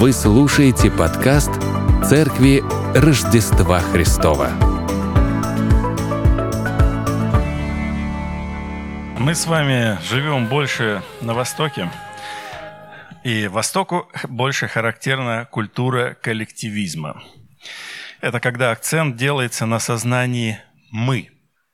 Вы слушаете подкаст Церкви Рождества Христова. Мы с вами живем больше на Востоке, и Востоку больше характерна культура коллективизма. Это когда акцент делается на сознании «мы».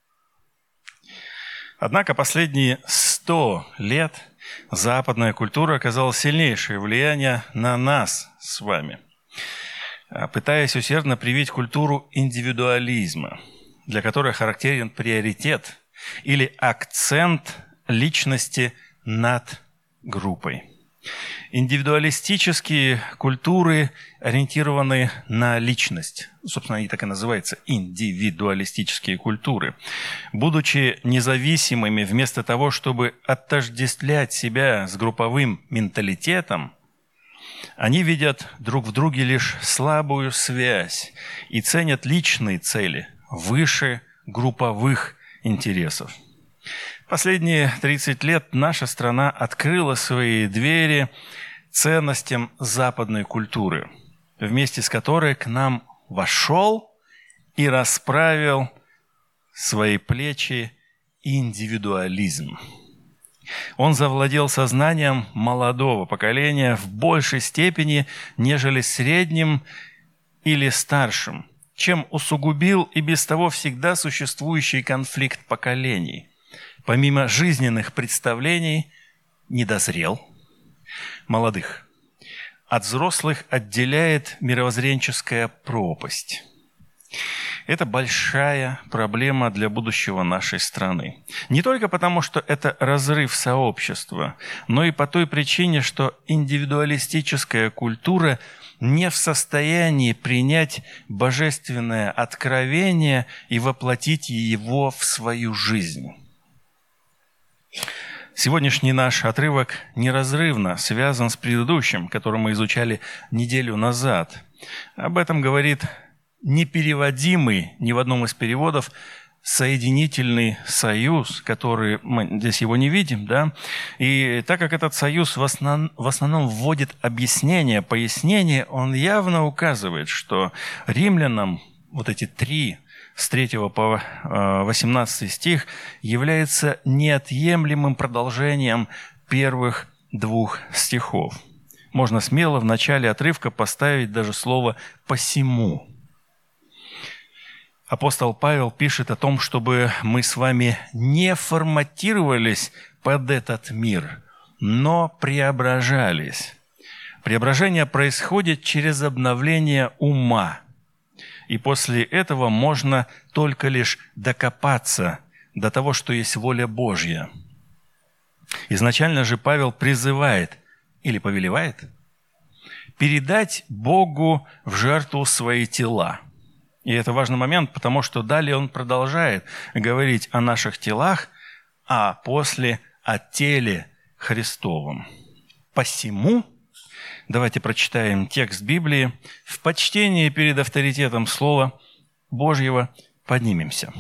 Однако последние 100 лет западная культура оказала сильнейшее влияние на нас с вами, пытаясь усердно привить культуру индивидуализма, для которой характерен приоритет или акцент личности над группой. Индивидуалистические культуры ориентированы на личность. Собственно, они так и называются – индивидуалистические культуры. Будучи независимыми, вместо того, чтобы отождествлять себя с групповым менталитетом, они видят друг в друге лишь слабую связь и ценят личные цели выше групповых интересов. Последние 30 лет наша страна открыла свои двери ценностям западной культуры, вместе с которой к нам вошел и расправил свои плечи индивидуализм. Он завладел сознанием молодого поколения в большей степени, нежели средним или старшим, чем усугубил и без того всегда существующий конфликт поколений. Помимо жизненных представлений, недозрел молодых. От взрослых отделяет мировоззренческая пропасть. Это большая проблема для будущего нашей страны. Не только потому, что это разрыв сообщества, но и по той причине, что индивидуалистическая культура не в состоянии принять божественное откровение и воплотить его в свою жизнь. Сегодняшний наш отрывок неразрывно связан с предыдущим, который мы изучали неделю назад. Об этом говорит непереводимый ни в одном из переводов соединительный союз, который мы здесь его не видим, да? И так как этот союз в основном вводит объяснение, пояснение, он явно указывает, что римлянам вот эти три с 3 по 18 стих является неотъемлемым продолжением первых двух стихов. Можно смело в начале отрывка поставить даже слово «посему». Апостол Павел пишет о том, чтобы мы с вами не форматировались под этот мир, но преображались. Преображение происходит через обновление ума. И после этого можно только лишь докопаться до того, что есть воля Божья. Изначально же Павел призывает или повелевает передать Богу в жертву свои тела. И это важный момент, потому что далее он продолжает говорить о наших телах, а после о теле Христовом. Посему, давайте прочитаем текст Библии. В почтении перед авторитетом Слова Божьего поднимемся.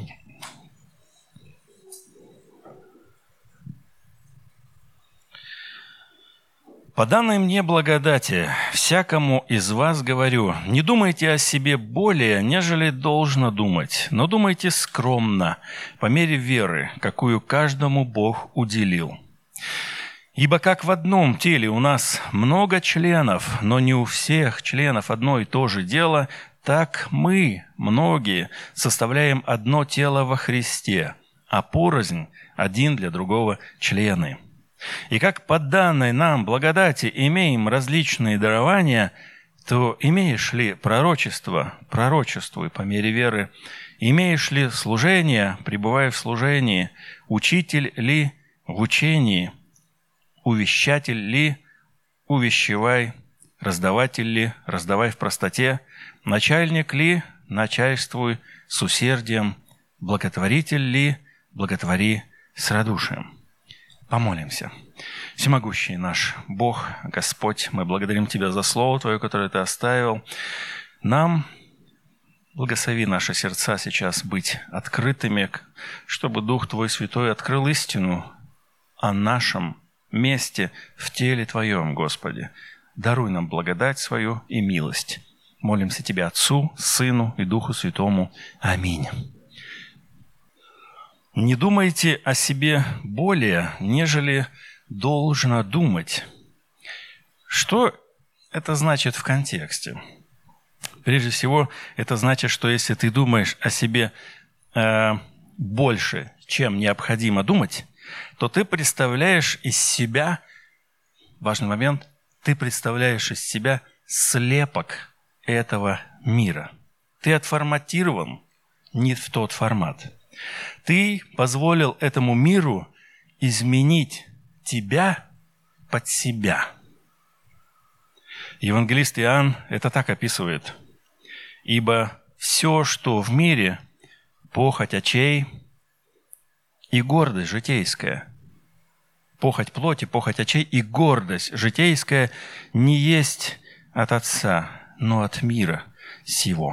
«По данной мне благодати, всякому из вас говорю, не думайте о себе более, нежели должно думать, но думайте скромно, по мере веры, какую каждому Бог уделил. Ибо как в одном теле у нас много членов, но не у всех членов одно и то же дело, так мы, многие, составляем одно тело во Христе, а порознь один для другого члены. И как по данной нам благодати имеем различные дарования, то имеешь ли пророчество, пророчествуй по мере веры, имеешь ли служение, пребывай в служении, учитель ли в учении, увещатель ли, увещевай, раздаватель ли, раздавай в простоте, начальник ли, начальствуй с усердием, благотворитель ли, благотвори с радушием». Помолимся. Всемогущий наш Бог, Господь, мы благодарим Тебя за Слово Твое, которое Ты оставил. Нам благослови наши сердца сейчас быть открытыми, чтобы Дух Твой Святой открыл истину о нашем месте в теле Твоем, Господи. даруй нам благодать свою и милость. Молимся Тебе, Отцу, Сыну и Духу Святому. Аминь. Не думайте о себе более, нежели должно думать. Что это значит в контексте? Прежде всего, это значит, что если ты думаешь о себе больше, чем необходимо думать, то ты представляешь из себя, важный момент, ты представляешь из себя слепок этого мира. Ты отформатирован не в тот формат. Ты позволил этому миру изменить тебя под себя. Евангелист Иоанн это так описывает. «Ибо все, что в мире, похоть очей и гордость житейская, похоть плоти, похоть очей и гордость житейская не есть от Отца, но от мира сего».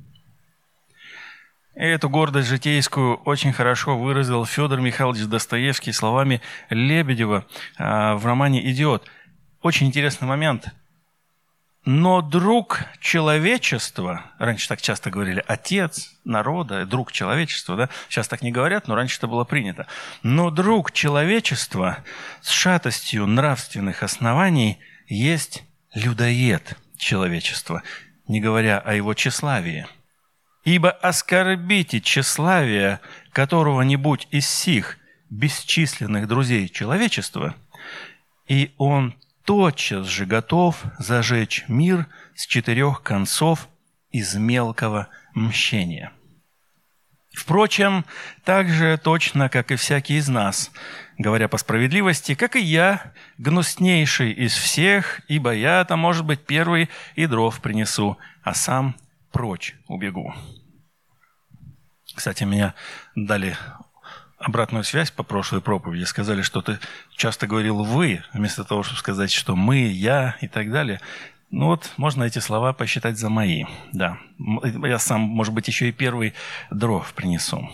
Эту гордость житейскую очень хорошо выразил Федор Михайлович Достоевский словами Лебедева в романе «Идиот». Очень интересный момент. «Но друг человечества», раньше так часто говорили, отец народа, друг человечества, да? Сейчас так не говорят, но раньше это было принято. «Но друг человечества с шатостью нравственных оснований есть людоед человечества», не говоря о его тщеславии. «Ибо оскорбите тщеславие которого-нибудь из сих бесчисленных друзей человечества, и он тотчас же готов зажечь мир с 4 концов из мелкого мщения». Впрочем, так же точно, как и всякий из нас, говоря по справедливости, как и я, гнуснейший из всех, ибо я-то, может быть, первый и дров принесу, а сам прочь убегу. Кстати, меня дали обратную связь по прошлой проповеди. Сказали, что ты часто говорил «вы», вместо того, чтобы сказать, что «мы», «я» и так далее. Ну вот, можно эти слова посчитать за мои. Да, я сам, может быть, еще и первый дров принесу.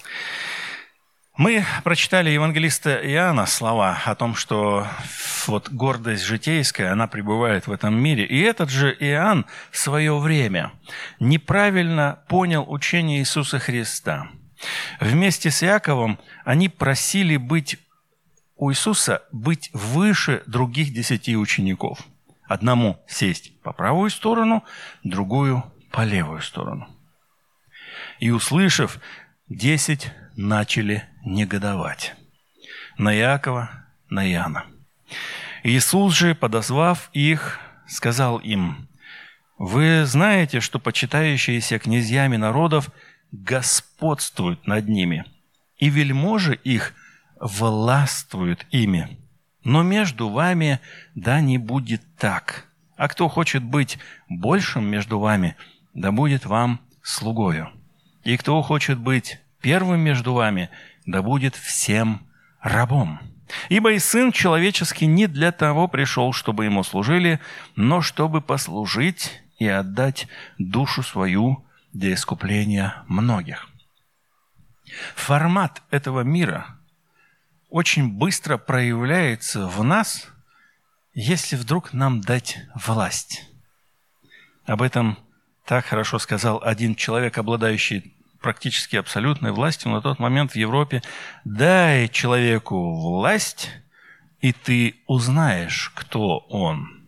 Мы прочитали евангелиста Иоанна слова о том, что вот гордость житейская, она пребывает в этом мире. И этот же Иоанн в свое время неправильно понял учение Иисуса Христа. Вместе с Иаковом они просили у Иисуса быть выше других 10 учеников. Одному сесть по правую сторону, другую по левую сторону. И, услышав, 10 начали негодовать на Иакова, на Иоанна. Иисус же, подозвав их, сказал им: «Вы знаете, что почитающиеся князьями народов господствуют над ними, и вельможи их властвуют ими. Но между вами да не будет так. А кто хочет быть большим между вами, да будет вам слугою. И кто хочет быть первым между вами, да будет всем рабом. Ибо и Сын Человеческий не для того пришел, чтобы Ему служили, но чтобы послужить и отдать душу свою для искупления многих». Формат этого мира очень быстро проявляется в нас, если вдруг нам дать власть. Об этом так хорошо сказал один человек, обладающий практически абсолютной властью на тот момент в Европе: «Дай человеку власть, и ты узнаешь, кто он».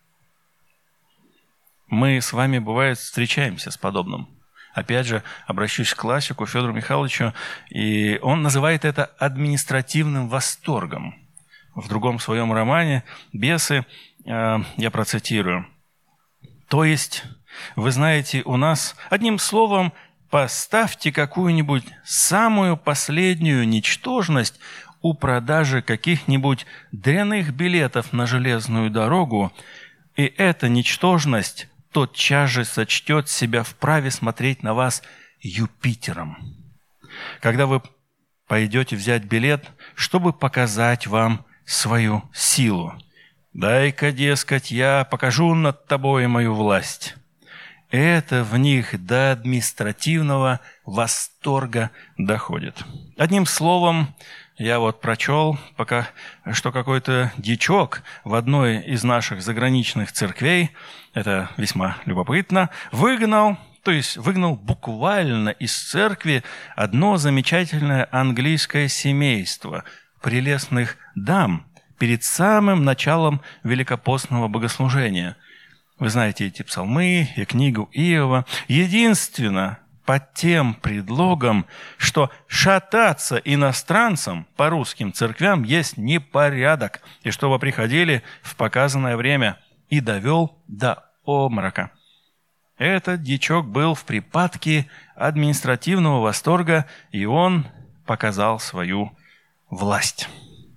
Мы с вами, бывает, встречаемся с подобным. Опять же, обращусь к классику Федору Михайловичу, и он называет это административным восторгом. В другом своем романе «Бесы» я процитирую. «То есть, вы знаете, у нас, одним словом, поставьте какую-нибудь самую последнюю ничтожность у продажи каких-нибудь дрянных билетов на железную дорогу, и эта ничтожность тотчас же сочтет себя вправе смотреть на вас Юпитером. Когда вы пойдете взять билет, чтобы показать вам свою силу. Дай-ка, дескать, я покажу над тобой мою власть. Это в них до административного восторга доходит. Одним словом, Я вот прочел, что какой-то дичок в одной из наших заграничных церквей, это весьма любопытно, выгнал буквально из церкви одно замечательное английское семейство прелестных дам перед самым началом великопостного богослужения. Вы знаете эти псалмы и книгу Иова. Единственно, под тем предлогом, что шататься иностранцам по русским церквям есть непорядок, и чтобы приходили в показанное время, и довел до обморока. Этот дичок был в припадке административного восторга, и он показал свою власть.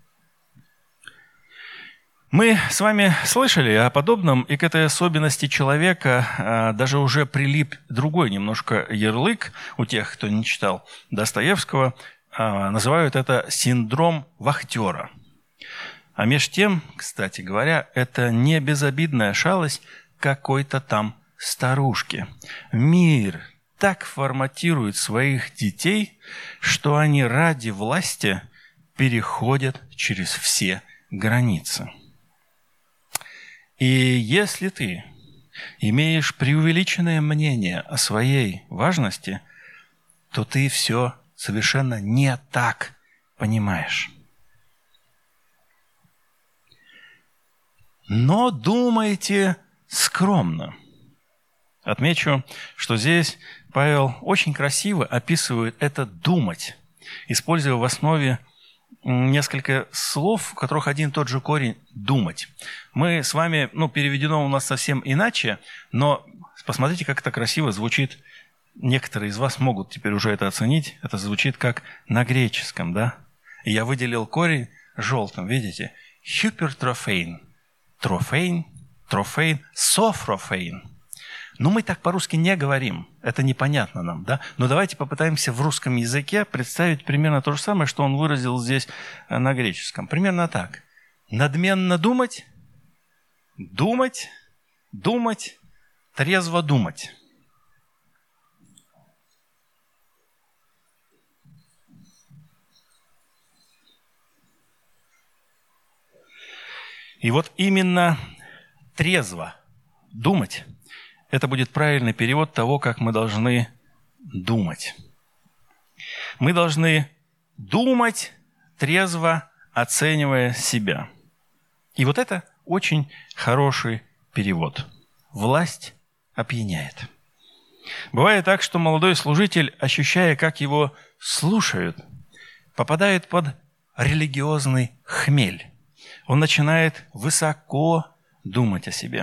Мы с вами слышали о подобном, и к этой особенности человека даже уже прилип другой немножко ярлык у тех, кто не читал Достоевского. Называют это синдром вахтера. А меж тем, кстати говоря, это не безобидная шалость какой-то там старушки. Мир так форматирует своих детей, что они ради власти переходят через все границы. И если ты имеешь преувеличенное мнение о своей важности, то ты все совершенно не так понимаешь. Но думайте скромно. Отмечу, что здесь Павел очень красиво описывает это «думать», используя в основе несколько слов, у которых один и тот же корень «думать». Мы с вами, переведено у нас совсем иначе, но посмотрите, как это красиво звучит. Некоторые из вас могут теперь уже это оценить. Это звучит как на греческом, да? И я выделил корень желтым, видите? Hypertrophein. Трофейн, софрофейн. Мы так по-русски не говорим, это непонятно нам, да? Но давайте попытаемся в русском языке представить примерно то же самое, что он выразил здесь на греческом. Примерно так. Надменно думать, трезво думать. И вот именно трезво думать – это будет правильный перевод того, как мы должны думать. Мы должны думать, трезво оценивая себя. И вот это очень хороший перевод. Власть опьяняет. Бывает так, что молодой служитель, ощущая, как его слушают, попадает под религиозный хмель. Он начинает высоко думать о себе.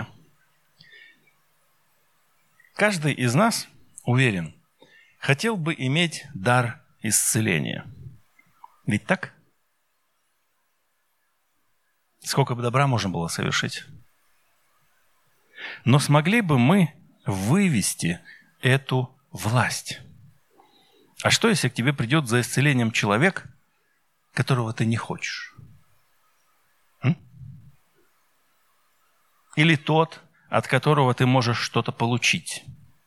Каждый из нас, уверен, хотел бы иметь дар исцеления. Ведь так? Сколько бы добра можно было совершить. Но смогли бы мы вывести эту власть? А что, если к тебе придет за исцелением человек, которого ты не хочешь? Или тот, от которого ты можешь что-то получить?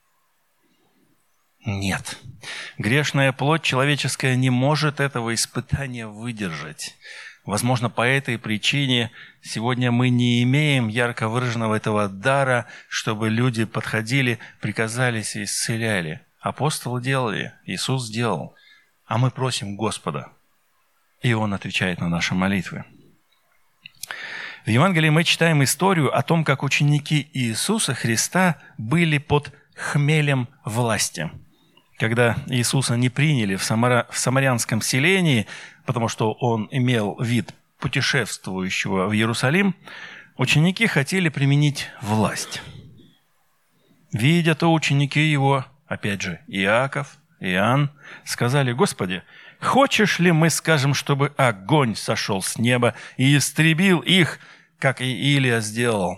Нет. Грешная плоть человеческая не может этого испытания выдержать. Возможно, по этой причине сегодня мы не имеем ярко выраженного этого дара, чтобы люди подходили, приказались и исцеляли. Апостолы делали, Иисус сделал, а мы просим Господа, и Он отвечает на наши молитвы. В Евангелии мы читаем историю о том, как ученики Иисуса Христа были под хмелем власти. Когда Иисуса не приняли в самарянском селении, потому что Он имел вид путешествующего в Иерусалим, ученики хотели применить власть. Видя то, ученики Его, опять же, Иаков, Иоанн, сказали: «Господи, хочешь ли мы скажем, чтобы огонь сошел с неба и истребил их, как и Илия сделал?»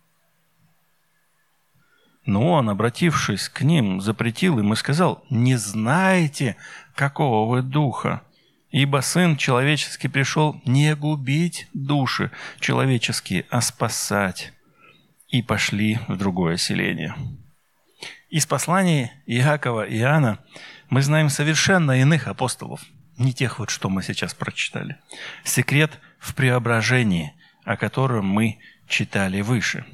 Но он, обратившись к ним, запретил им и сказал: «Не знаете, какого вы духа, ибо Сын Человеческий пришел не губить души человеческие, а спасать». И пошли в другое селение. Из посланий Иакова и Иоанна мы знаем совершенно иных апостолов. не тех вот, что мы сейчас прочитали. Секрет в преображении, о котором мы читали выше.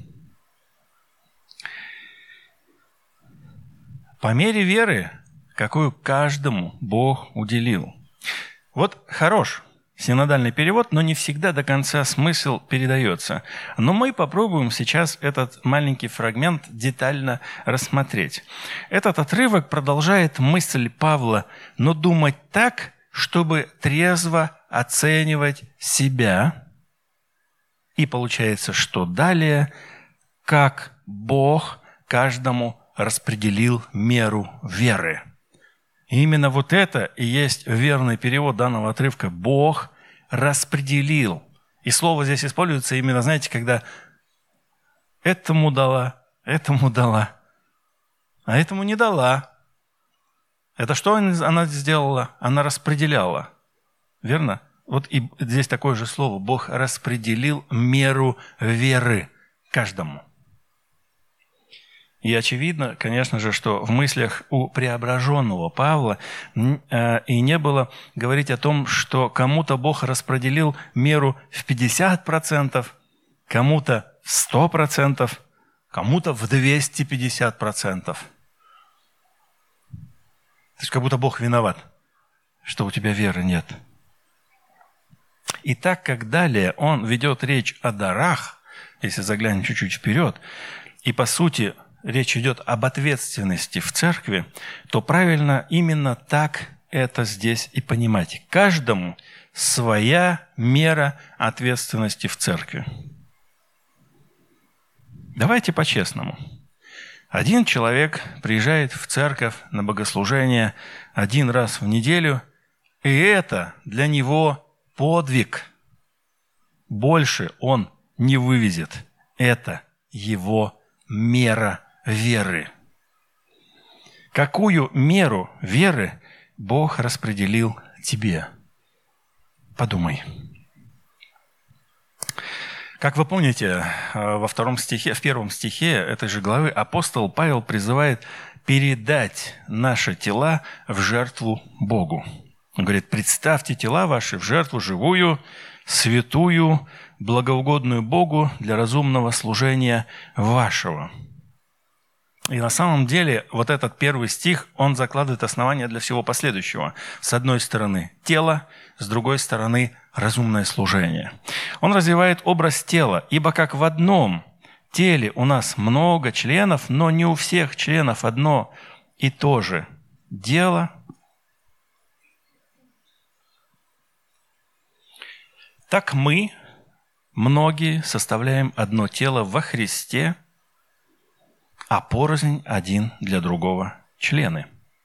По мере веры, какую каждому Бог уделил. Вот хорош синодальный перевод, но не всегда до конца смысл передается. Но мы попробуем сейчас этот маленький фрагмент детально рассмотреть. Этот отрывок продолжает мысль Павла, но думать так, чтобы трезво оценивать себя. И получается, что далее, как Бог каждому распределил меру веры. И именно вот это и есть верный перевод данного отрывка. Бог распределил. И слово здесь используется именно, знаете, когда этому дала, а этому не дала. Это что она сделала? Она распределяла. Верно? Вот и здесь такое же слово. Бог распределил меру веры каждому. И очевидно, конечно же, что в мыслях у преображенного Павла и не было говорить о том, что кому-то Бог распределил меру в 50%, кому-то в 100%, кому-то в 250%. То есть как будто Бог виноват, что у тебя веры нет. И так как далее он ведет речь о дарах, если заглянем чуть-чуть вперед, и по сути речь идет об ответственности в церкви, то правильно именно так это здесь и понимать. Каждому своя мера ответственности в церкви. Давайте по-честному. Один человек приезжает в церковь на богослужение 1 раз в неделю, и это для него подвиг. Больше он не вывезет. Это его мера веры. Какую меру веры Бог распределил тебе? Подумай. Как вы помните, в первом стихе этой же главы апостол Павел призывает передать наши тела в жертву Богу. Он говорит: представьте тела ваши в жертву живую, святую, благоугодную Богу для разумного служения вашего. И на самом деле вот этот первый стих, он закладывает основания для всего последующего. С одной стороны тело, с другой стороны разумное служение. Он развивает образ тела, ибо как в одном теле у нас много членов, но не у всех членов одно и то же дело. Так мы, многие, составляем одно тело во Христе, а порознь один для другого члены.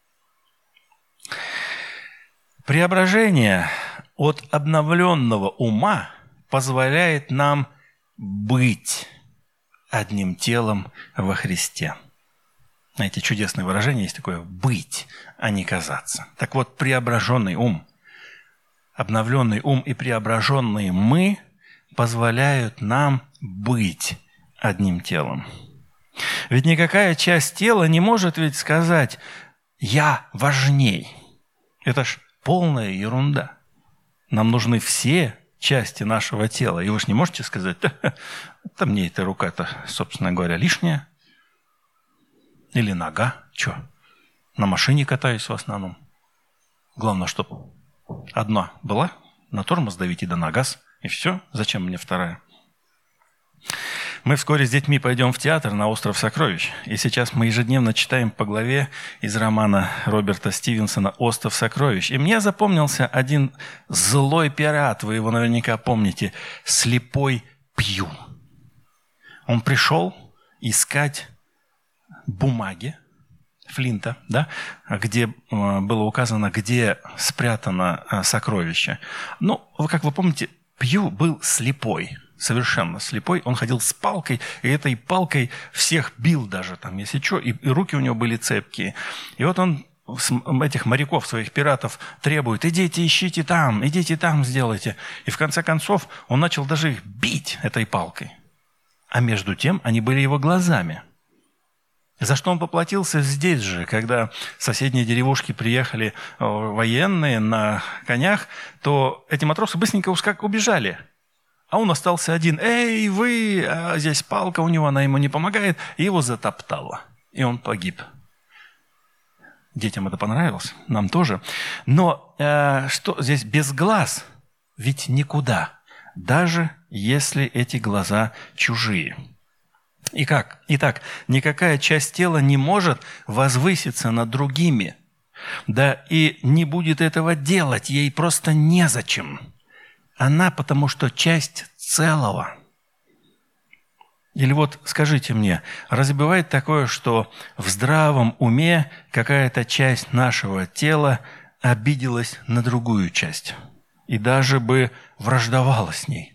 Преображение от обновленного ума позволяет нам быть одним телом во Христе. Знаете, чудесное выражение есть такое: быть, а не казаться. Так вот, преображенный ум, обновленный ум и преображенные мы позволяют нам быть одним телом. Ведь никакая часть тела не может ведь сказать «я важней». Это ж полная ерунда. Нам нужны все части нашего тела. И вы ж не можете сказать: да мне эта рука-то, собственно говоря, лишняя. Или нога. Че? На машине катаюсь в основном. Главное, чтобы одна была, на тормоз давите да на газ, и все. Зачем мне вторая? Мы вскоре с детьми пойдем в театр на «Остров сокровищ». И сейчас мы ежедневно читаем по главе из романа Роберта Стивенсона «Остров сокровищ». И мне запомнился один злой пират, вы его наверняка помните, слепой Пью. Он пришел искать бумаги Флинта, да, где было указано, где спрятано сокровище. Ну, как вы помните, Пью был слепой. Совершенно слепой, он ходил с палкой, и этой палкой всех бил даже, там, если что, и руки у него были цепкие. И вот он этих моряков, своих пиратов требует: идите, ищите там, сделайте. И в конце концов он начал даже их бить этой палкой. А между тем они были его глазами. За что он поплатился здесь же, когда в соседние деревушки приехали военные на конях, то эти матросы быстренько убежали. А он остался один. «Эй, вы!» А здесь палка у него, она ему не помогает. И его затоптало. И он погиб. Детям это понравилось, нам тоже. Но что здесь без глаз? Ведь никуда. Даже если эти глаза чужие. И как? Итак, никакая часть тела не может возвыситься над другими. Да и не будет этого делать, ей просто незачем. Она потому что часть целого. Или вот скажите мне, разве бывает такое, что в здравом уме какая-то часть нашего тела обиделась на другую часть и даже бы враждовала с ней?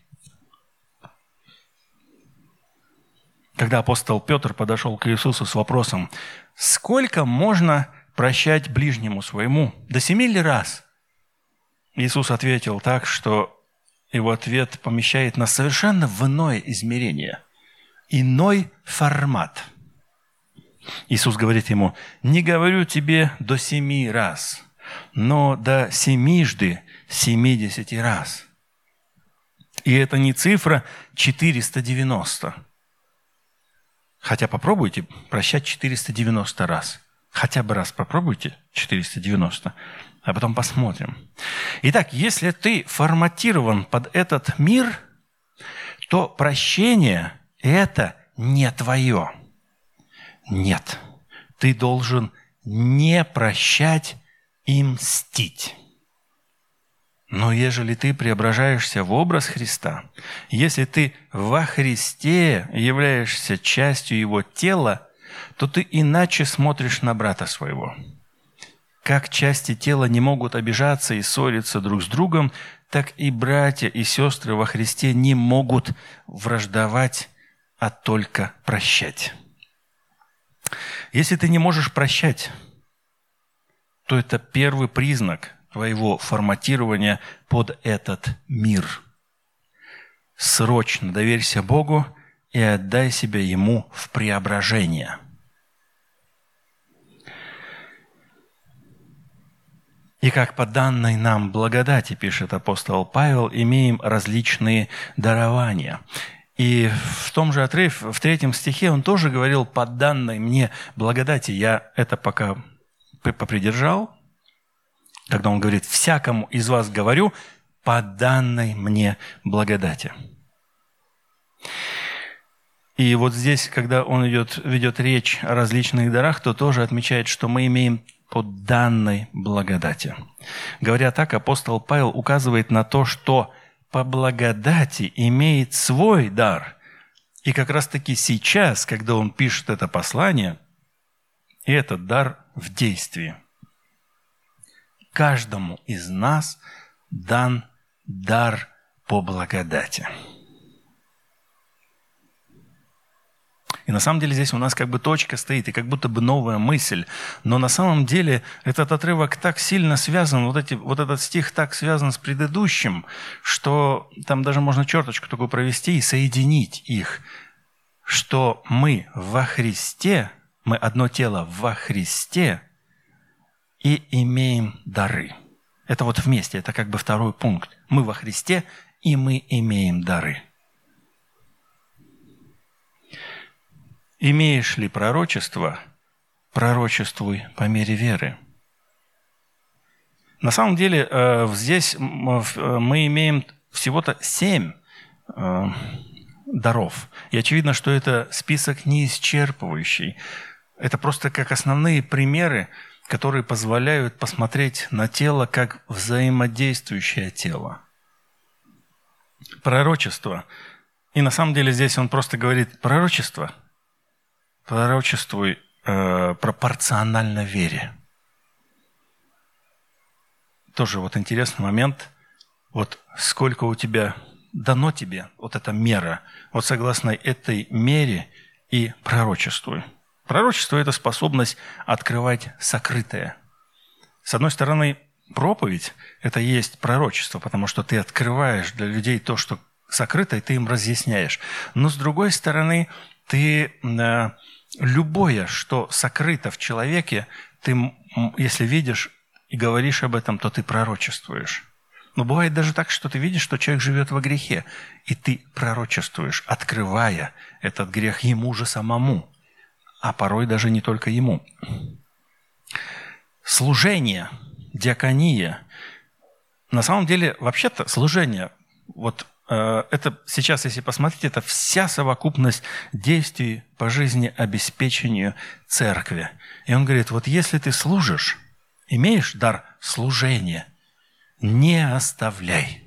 Когда апостол Петр подошел к Иисусу с вопросом: «Сколько можно прощать ближнему своему? До 7 ли раз?» Иисус ответил так, что его ответ помещает нас совершенно в иное измерение, иной формат. Иисус говорит ему: «Не говорю тебе до 7 раз, но до 70 раз». И это не цифра 490. Хотя попробуйте прощать 490 раз. Хотя бы раз попробуйте 490, а потом посмотрим. Итак, если ты форматирован под этот мир, то прощение – это не твое. Нет, ты должен не прощать и мстить. Но ежели ты преображаешься в образ Христа, если ты во Христе являешься частью Его тела, то ты иначе смотришь на брата своего. Как части тела не могут обижаться и ссориться друг с другом, так и братья и сестры во Христе не могут враждовать, а только прощать. Если ты не можешь прощать, то это первый признак твоего форматирования под этот мир. Срочно доверься Богу и отдай себя Ему в преображение. И как по данной нам благодати, пишет апостол Павел, имеем различные дарования. И в том же отрыве, в 3 стихе, он тоже говорил: «По данной мне благодати». Я это пока попридержал, когда он говорит: «Всякому из вас говорю, по данной мне благодати». И вот здесь, когда он ведет речь о различных дарах, то тоже отмечает, что мы имеем по данной благодати. Говоря так, апостол Павел указывает на то, что по благодати имеет свой дар. И как раз-таки сейчас, когда он пишет это послание, этот дар в действии. Каждому из нас дан дар по благодати. И на самом деле здесь у нас как бы точка стоит, и как будто бы новая мысль. Но на самом деле этот отрывок так сильно связан, вот этот стих так связан с предыдущим, что там даже можно черточку такую провести и соединить их, что мы во Христе, мы одно тело во Христе, и имеем дары. Это вот вместе, это как бы второй пункт. Мы во Христе, и мы имеем дары. Имеешь ли пророчество? Пророчествуй по мере веры. На самом деле здесь мы имеем всего-то 7 даров. И очевидно, что это список не исчерпывающий. Это просто как основные примеры, которые позволяют посмотреть на тело как взаимодействующее тело. Пророчество. И на самом деле здесь он просто говорит: пророчество. Пророчествуй пропорционально вере. Тоже вот интересный момент. Вот сколько у тебя дано тебе, вот эта мера, вот согласно этой мере и пророчествуй. Пророчество – это способность открывать сокрытое. С одной стороны, проповедь – это и есть пророчество, потому что ты открываешь для людей то, что сокрыто, и ты им разъясняешь. Но с другой стороны, ты Любое, что сокрыто в человеке, ты, если видишь и говоришь об этом, то ты пророчествуешь. Но бывает даже так, что ты видишь, что человек живет во грехе, и ты пророчествуешь, открывая этот грех ему же самому, а порой даже не только ему. Служение, диакония. На самом деле, вообще-то, служение, вот это сейчас, если посмотреть, это вся совокупность действий по жизни обеспечению церкви. И он говорит, вот если ты служишь, имеешь дар служения, не оставляй.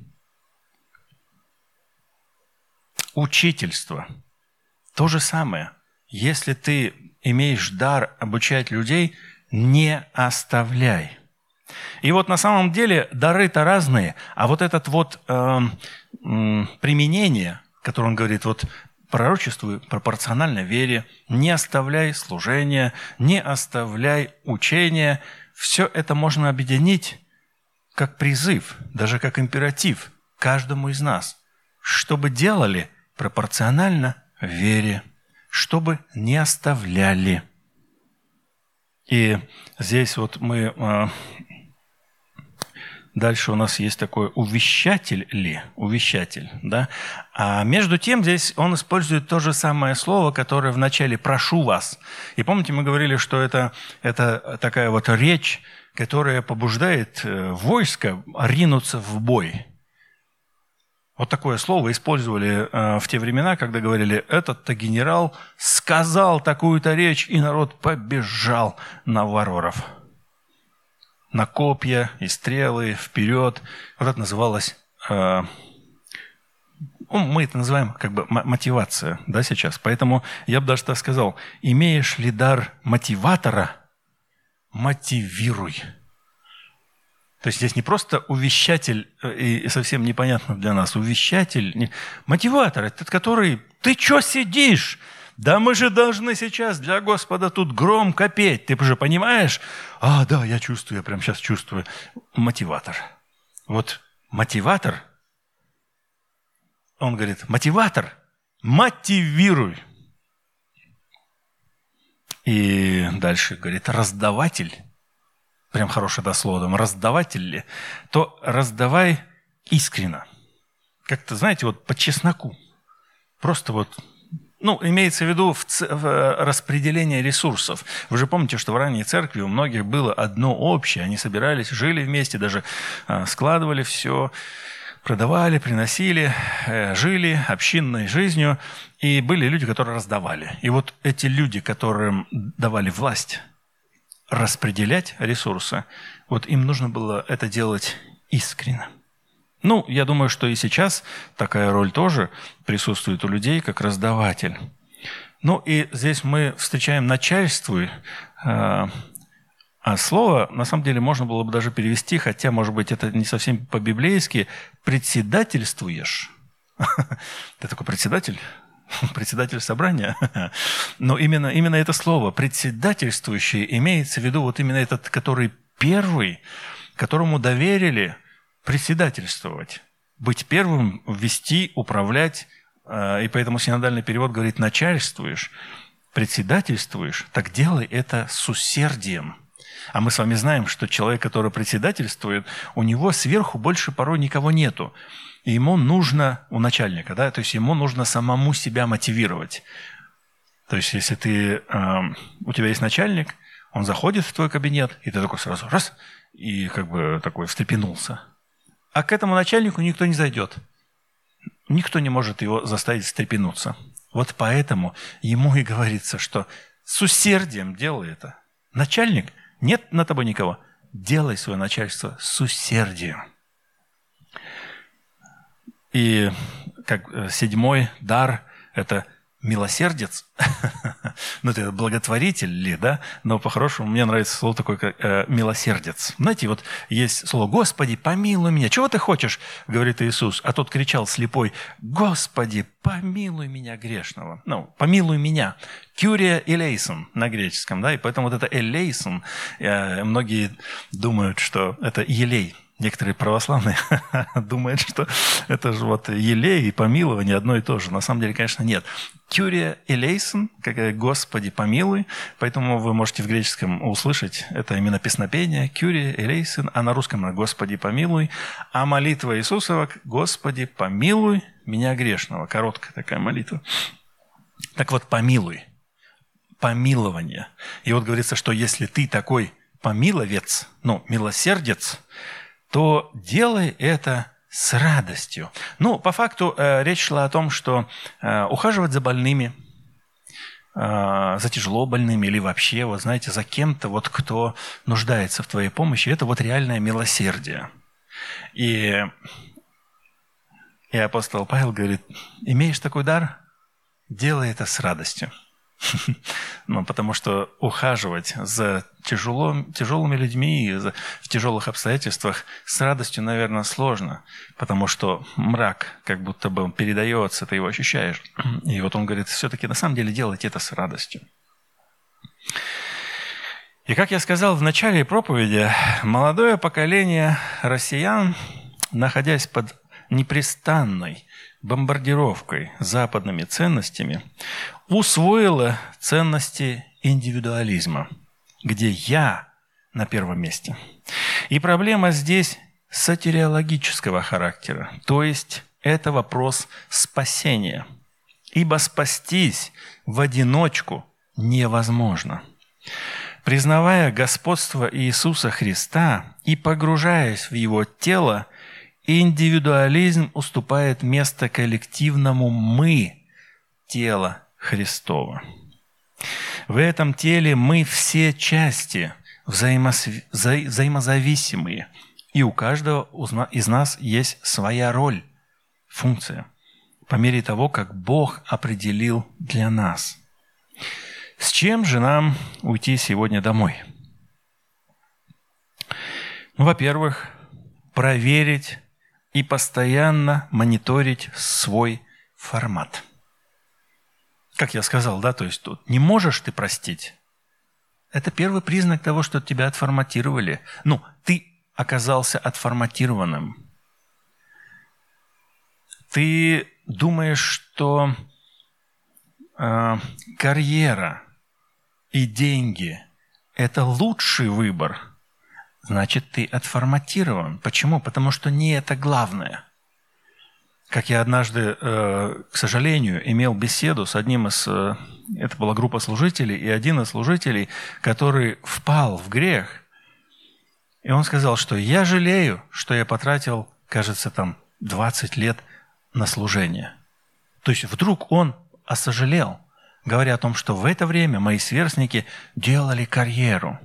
Учительство. То же самое. Если ты имеешь дар обучать людей, не оставляй. И вот на самом деле дары-то разные, а вот этот вот применение, которое он говорит, вот пророчествуй пропорционально вере, не оставляй служения, не оставляй учения, все это можно объединить как призыв, даже как императив каждому из нас, чтобы делали пропорционально вере, чтобы не оставляли. И здесь вот мы... Дальше у нас есть такой увещатель, да? А между тем здесь он использует то же самое слово, которое в начале «прошу вас». И помните, мы говорили, что это такая вот речь, которая побуждает войско ринуться в бой. Вот такое слово использовали в те времена, когда говорили, этот-то генерал сказал такую-то речь, и народ побежал на варваров. На копья и стрелы, вперед. Вот это называлось, мы это называем как бы мотивация, да, сейчас. Поэтому я бы даже так сказал, имеешь ли дар мотиватора, мотивируй. То есть здесь не просто увещатель, и совсем непонятно для нас, увещатель, мотиватор, это который, ты что сидишь? Да мы же должны сейчас для Господа тут громко петь. Ты же понимаешь? А, да, я чувствую, я прямо сейчас чувствую. Мотиватор. Вот мотиватор, он говорит, мотиватор, мотивируй. И дальше говорит, раздаватель. Прям хороший дословно. Раздаватель ли? То раздавай искренно. Как-то, знаете, вот по чесноку. Просто вот... имеется в виду в распределение ресурсов. Вы же помните, что в ранней церкви у многих было одно общее. Они собирались, жили вместе, даже складывали все, продавали, приносили, жили общинной жизнью. И были люди, которые раздавали. И вот эти люди, которым давали власть распределять ресурсы, вот им нужно было это делать искренне. Я думаю, что и сейчас такая роль тоже присутствует у людей, как раздаватель. И здесь мы встречаем «начальствуй», а слово, на самом деле, можно было бы даже перевести, хотя, может быть, это не совсем по-библейски, «председательствуешь». Ты такой председатель? Председатель собрания? Но именно это слово «председательствующий» имеется в виду вот именно этот, который первый, которому доверили председательствовать, быть первым, вести, управлять. И поэтому синодальный перевод говорит «начальствуешь», «председательствуешь», так делай это с усердием. А мы с вами знаем, что человек, который председательствует, у него сверху больше порой никого нету. И ему нужно, у начальника, да, то есть ему нужно самому себя мотивировать. То есть если у тебя есть начальник, он заходит в твой кабинет, и ты такой сразу раз, и как бы такой встрепенулся. А к этому начальнику никто не зайдет. Никто не может его заставить встрепенуться. Вот поэтому ему и говорится, что с усердием делай это. Начальник, нет на тобой никого. Делай свое начальство с усердием. И как 7-й дар – это милосердец. Это благотворитель ли, да? Но по-хорошему мне нравится слово такое, как милосердец. Знаете, вот есть слово «Господи, помилуй меня». Чего ты хочешь? Говорит Иисус. А тот кричал слепой: «Господи, помилуй меня грешного». Помилуй меня. Кюрия элейсон на греческом, да? И поэтому вот это элейсон, многие думают, что это елей. Некоторые православные думают, что это же вот елей и помилование одно и то же. На самом деле, конечно, нет. Kyrie eleison, как «Господи, помилуй», поэтому вы можете в греческом услышать это именно песнопение «Kyrie eleison», а на русском «Господи, помилуй», а молитва Иисусова «Господи, помилуй меня грешного». Короткая такая молитва. Так вот, помилуй, помилование. И вот говорится, что если ты такой помиловец, милосердец, то делай это с радостью. По факту речь шла о том, что ухаживать за больными, за тяжело больными или вообще, вот знаете, за кем-то, вот кто нуждается в твоей помощи, это вот реальное милосердие. И апостол Павел говорит, имеешь такой дар, делай это с радостью. Потому что ухаживать за тяжелыми людьми в тяжелых обстоятельствах с радостью, наверное, сложно, потому что мрак как будто бы передается, ты его ощущаешь. И вот он говорит, все-таки на самом деле делайте это с радостью. И как я сказал в начале проповеди, молодое поколение россиян, находясь под непрестанной бомбардировкой западными ценностями, усвоила ценности индивидуализма, где «я» на первом месте. И проблема здесь сотириологического характера, то есть это вопрос спасения. Ибо спастись в одиночку невозможно. Признавая господство Иисуса Христа и погружаясь в Его тело, индивидуализм уступает место коллективному «мы» тела Христова. В этом теле мы все части взаимозависимые, и у каждого из нас есть своя роль, функция, по мере того, как Бог определил для нас. С чем же нам уйти сегодня домой? Во-первых, проверить и постоянно мониторить свой формат. Как я сказал, то есть тут не можешь ты простить. Это первый признак того, что тебя отформатировали. Ты оказался отформатированным. Ты думаешь, что карьера и деньги – это лучший выбор. Значит, ты отформатирован. Почему? Потому что не это главное. Как я однажды, к сожалению, имел беседу с одним из... Это была группа служителей, и один из служителей, который впал в грех, и он сказал, что я жалею, что я потратил, кажется, 20 лет на служение. То есть вдруг он осожалел, говоря о том, что в это время мои сверстники делали карьеру.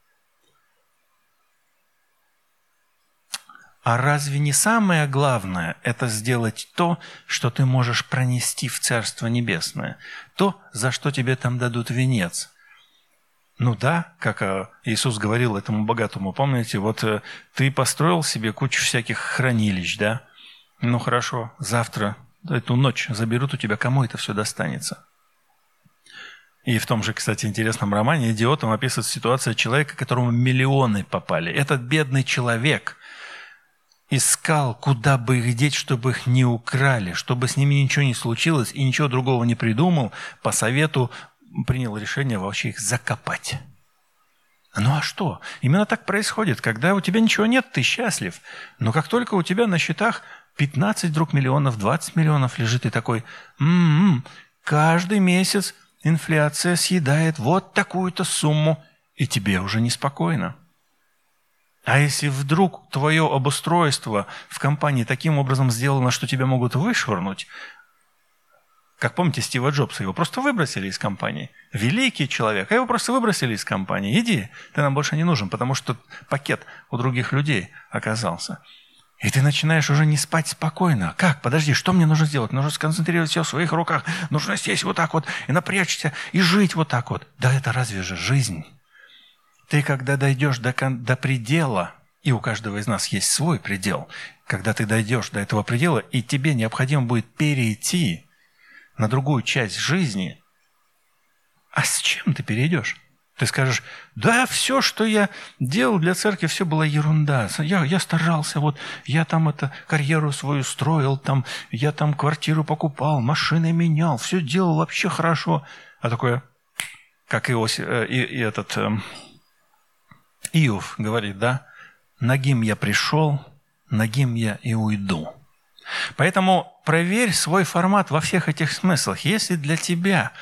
А разве не самое главное – это сделать то, что ты можешь пронести в Царство Небесное? То, за что тебе там дадут венец? Как Иисус говорил этому богатому, помните, вот ты построил себе кучу всяких хранилищ, да? Хорошо, завтра, эту ночь заберут у тебя, кому это все достанется? И в том же, кстати, интересном романе «Идиотом» описывается ситуация человека, которому миллионы попали. Этот бедный человек искал, куда бы их деть, чтобы их не украли, чтобы с ними ничего не случилось и ничего другого не придумал, по совету принял решение вообще их закопать. А что? Именно так происходит. Когда у тебя ничего нет, ты счастлив. Но как только у тебя на счетах 15 вдруг миллионов, 20 миллионов лежит, и такой, каждый месяц инфляция съедает вот такую-то сумму, и тебе уже неспокойно. А если вдруг твое обустройство в компании таким образом сделано, что тебя могут вышвырнуть, как помните Стива Джобса, его просто выбросили из компании. Великий человек, а его просто выбросили из компании. Иди, ты нам больше не нужен, потому что пакет у других людей оказался. И ты начинаешь уже не спать спокойно. Как? Подожди, что мне нужно сделать? Нужно сконцентрировать все в своих руках. Нужно сесть вот так вот и напрячься, и жить вот так вот. Да это разве же жизнь? Ты, когда дойдешь до предела, и у каждого из нас есть свой предел, когда ты дойдешь до этого предела, и тебе необходимо будет перейти на другую часть жизни, а с чем ты перейдешь? Ты скажешь: да, все, что я делал для церкви, все была ерунда. Я старался, вот я там карьеру свою строил, там, я там квартиру покупал, машины менял, все делал вообще хорошо. А такое, как Иов говорит, да? Нагим я пришел, нагим я и уйду. Поэтому проверь свой формат во всех этих смыслах. Если для тебя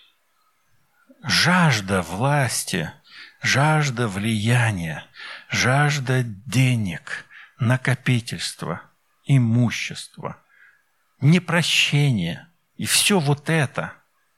жажда власти, жажда влияния, жажда денег, накопительства, имущества, непрощение и все вот это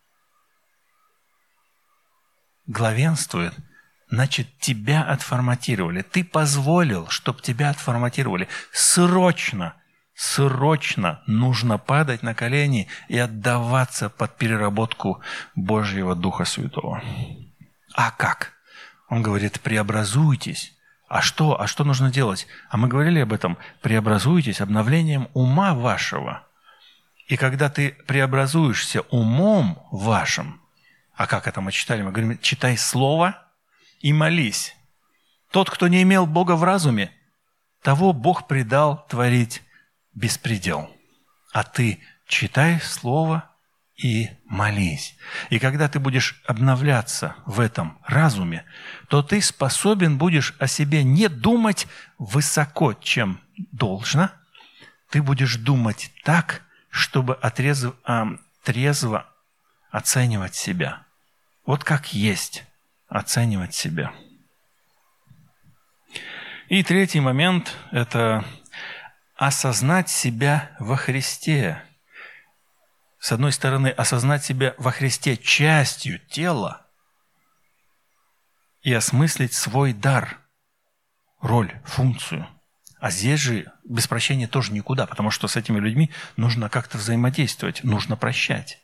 главенствует, значит, тебя отформатировали. Ты позволил, чтобы тебя отформатировали. Срочно нужно падать на колени и отдаваться под переработку Божьего Духа Святого. А как? Он говорит: преобразуйтесь. А что нужно делать? А мы говорили об этом. Преобразуйтесь обновлением ума вашего. И когда ты преобразуешься умом вашим, а как это мы читали? Мы говорим: читай Слово и молись. Тот, кто не имел Бога в разуме, того Бог предал творить беспредел. А ты читай Слово и молись. И когда ты будешь обновляться в этом разуме, то ты способен будешь о себе не думать высоко, чем должно. Ты будешь думать так, чтобы трезво оценивать себя. Вот как есть оценивать себя. И третий момент – это осознать себя во Христе. С одной стороны, осознать себя во Христе частью тела и осмыслить свой дар, роль, функцию. А здесь же без прощения тоже никуда, потому что с этими людьми нужно как-то взаимодействовать, нужно прощать.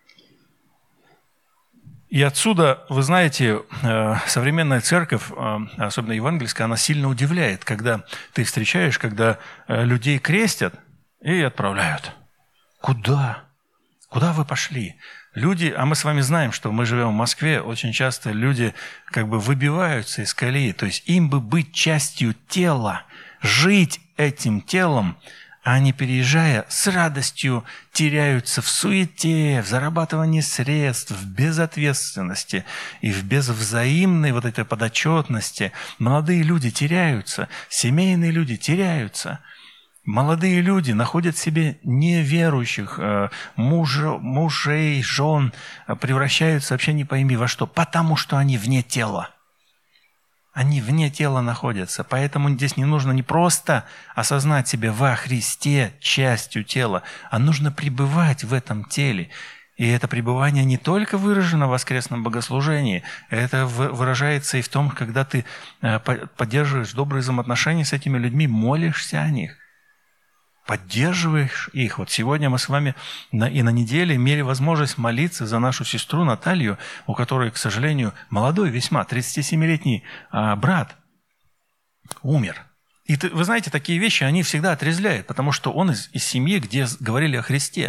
И отсюда, вы знаете, современная церковь, особенно евангельская, она сильно удивляет, когда ты встречаешь, когда людей крестят и отправляют. Куда? Куда вы пошли? Люди, а мы с вами знаем, что мы живем в Москве, очень часто люди как бы выбиваются из колеи, то есть им бы быть частью тела, жить этим телом, а они, переезжая, с радостью теряются в суете, в зарабатывании средств, в безответственности и в безвзаимной вот этой подотчетности. Молодые люди теряются, семейные люди теряются. Молодые люди находят себе неверующих мужей, жен, превращаются вообще не пойми во что, потому что они вне тела. Они вне тела находятся, поэтому здесь не нужно не просто осознать себя во Христе частью тела, а нужно пребывать в этом теле. И это пребывание не только выражено в воскресном богослужении, это выражается и в том, когда ты поддерживаешь добрые взаимоотношения с этими людьми, молишься о них, поддерживаешь их. Вот сегодня мы с вами и на неделе имели возможность молиться за нашу сестру Наталью, у которой, к сожалению, молодой весьма, 37-летний брат умер. И вы знаете, такие вещи, они всегда отрезвляют, потому что он из семьи, где говорили о Христе.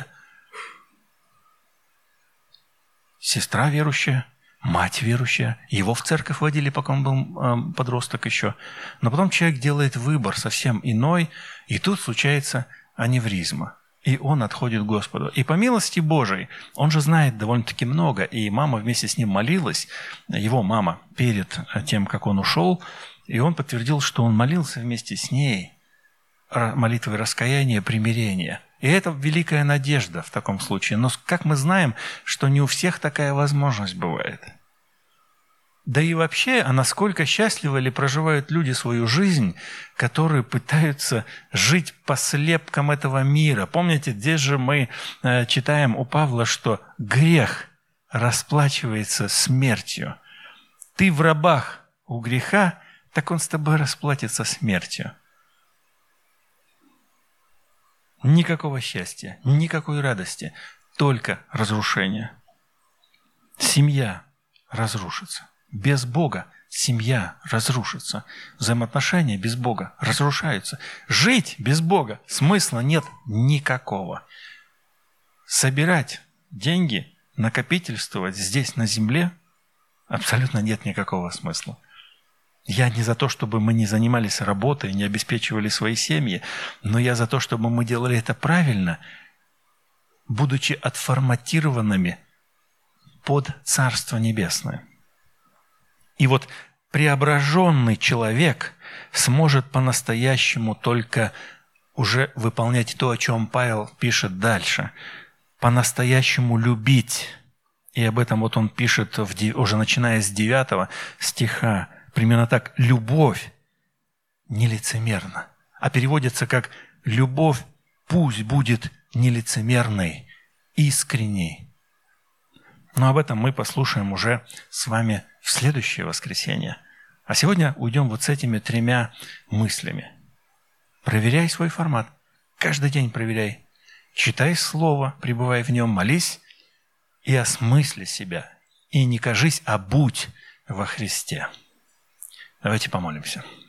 Сестра верующая, мать верующая, его в церковь водили, пока он был подросток еще. Но потом человек делает выбор совсем иной, и тут случается аневризма. И он отходит к Господу. И по милости Божией, он же знает довольно-таки много, и мама вместе с ним молилась, его мама, перед тем, как он ушел, и он подтвердил, что он молился вместе с ней молитвой раскаяния, примирения. И это великая надежда в таком случае. Но как мы знаем, что не у всех такая возможность бывает. Да и вообще, а насколько счастливо ли проживают люди свою жизнь, которые пытаются жить по слепкам этого мира. Помните, здесь же мы читаем у Павла, что грех расплачивается смертью. Ты в рабах у греха, так он с тобой расплатится смертью. Никакого счастья, никакой радости, только разрушение. Семья разрушится. Без Бога семья разрушится. Взаимоотношения без Бога разрушаются. Жить без Бога смысла нет никакого. Собирать деньги, накопительствовать здесь на земле Абсолютно нет никакого смысла. Я не за то, чтобы мы не занимались работой, не обеспечивали свои семьи, но я за то, чтобы мы делали это правильно, будучи отформатированными под Царство Небесное. И вот преображенный человек сможет по-настоящему только уже выполнять то, о чем Павел пишет дальше. По-настоящему любить. И об этом вот он пишет уже начиная с 9 стиха. Примерно так. Любовь нелицемерна. А переводится как «любовь пусть будет нелицемерной, искренней». Но об этом мы послушаем уже с вами в следующее воскресенье. А сегодня уйдем вот с этими 3 мыслями. Проверяй свой формат. Каждый день проверяй. Читай Слово, пребывай в нем, молись и осмысли себя. И не кажись, а будь во Христе. Давайте помолимся.